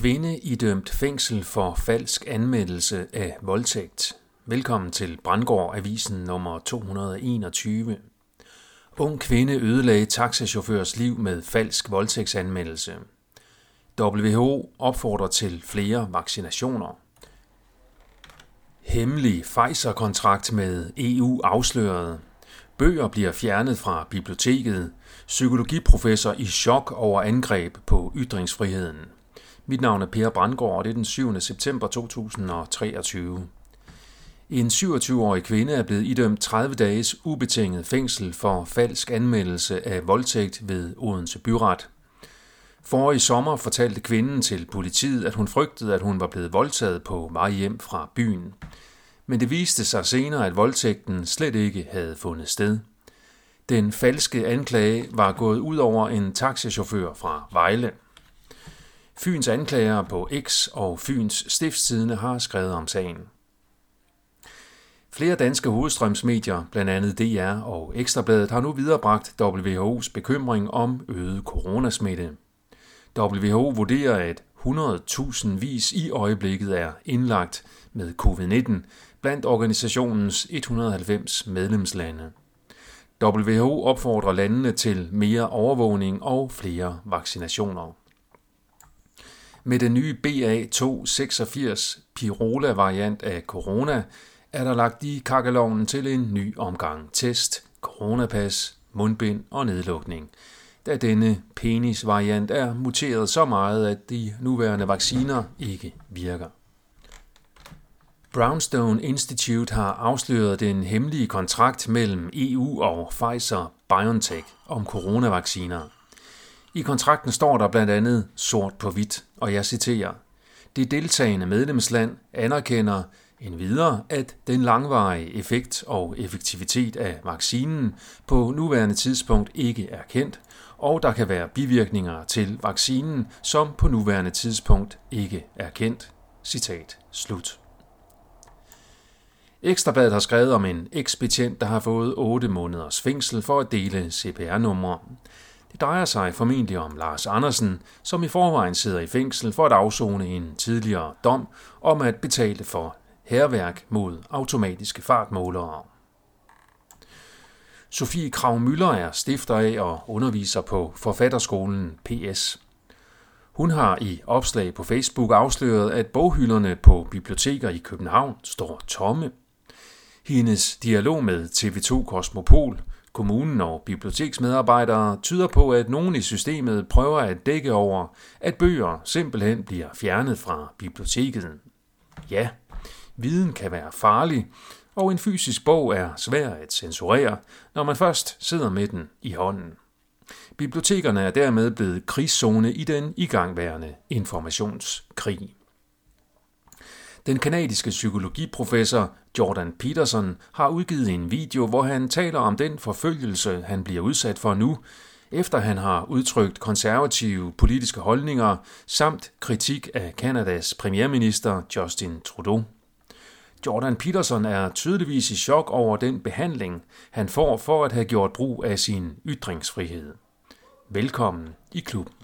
Kvinde idømt fængsel for falsk anmeldelse af voldtægt. Velkommen til Brandgård Avisen nummer 221. Ung kvinde ødelagde taxachaufførs liv med falsk voldtægtsanmeldelse. WHO opfordrer til flere vaccinationer. Hemmelig Pfizer-kontrakt med EU afsløret. Bøger bliver fjernet fra biblioteket. Psykologiprofessor i chok over angreb på ytringsfriheden. Mit navn er Per Brandgård, og det er den 7. september 2023. En 27-årig kvinde er blevet idømt 30 dages ubetinget fængsel for falsk anmeldelse af voldtægt ved Odense Byret. Forrige sommer fortalte kvinden til politiet, at hun frygtede, at hun var blevet voldtaget på vej hjem fra byen. Men det viste sig senere, at voldtægten slet ikke havde fundet sted. Den falske anklage var gået ud over en taxachauffør fra Vejle. Fyns anklager på X og Fyns Stiftstidende har skrevet om sagen. Flere danske hovedstrømsmedier, blandt andet DR og Ekstrabladet, har nu viderebragt WHO's bekymring om øget coronasmitte. WHO vurderer, at 100.000 i øjeblikket er indlagt med covid-19 blandt organisationens 190 medlemslande. WHO opfordrer landene til mere overvågning og flere vaccinationer. Med den nye BA286 Pirola-variant af corona er der lagt i kakkelovnen til en ny omgang test, coronapas, mundbind og nedlukning, da denne penis-variant er muteret så meget, at de nuværende vacciner ikke virker. Brownstone Institute har afsløret den hemmelige kontrakt mellem EU og Pfizer-BioNTech om coronavacciner. I kontrakten står der blandt andet sort på hvidt, og jeg citerer: "Det deltagende medlemsland anerkender endvidere, at den langvarige effekt og effektivitet af vaccinen på nuværende tidspunkt ikke er kendt, og der kan være bivirkninger til vaccinen, som på nuværende tidspunkt ikke er kendt." Citat slut. Ekstrabladet har skrevet om en eks-betjent, der har fået 8 måneders fængsel for at dele CPR-numre. Det drejer sig formentlig om Lars Andersen, som i forvejen sidder i fængsel for at afsone en tidligere dom om at betale for hærværk mod automatiske fartmålere. Sofie Krag-Müller er stifter af og underviser på Forfatterskolen PS. Hun har i opslag på Facebook afsløret, at boghylderne på biblioteker i København står tomme. Hendes dialog med TV2 Kosmopol, kommunen og biblioteksmedarbejdere tyder på, at nogen i systemet prøver at dække over, at bøger simpelthen bliver fjernet fra biblioteket. Ja, viden kan være farlig, og en fysisk bog er svær at censurere, når man først sidder med den i hånden. Bibliotekerne er dermed blevet krigszone i den igangværende informationskrig. Den kanadiske psykologiprofessor Jordan Peterson har udgivet en video, hvor han taler om den forfølgelse, han bliver udsat for nu, efter han har udtrykt konservative politiske holdninger samt kritik af Kanadas premierminister Justin Trudeau. Jordan Peterson er tydeligvis i chok over den behandling, han får for at have gjort brug af sin ytringsfrihed. Velkommen i klubben.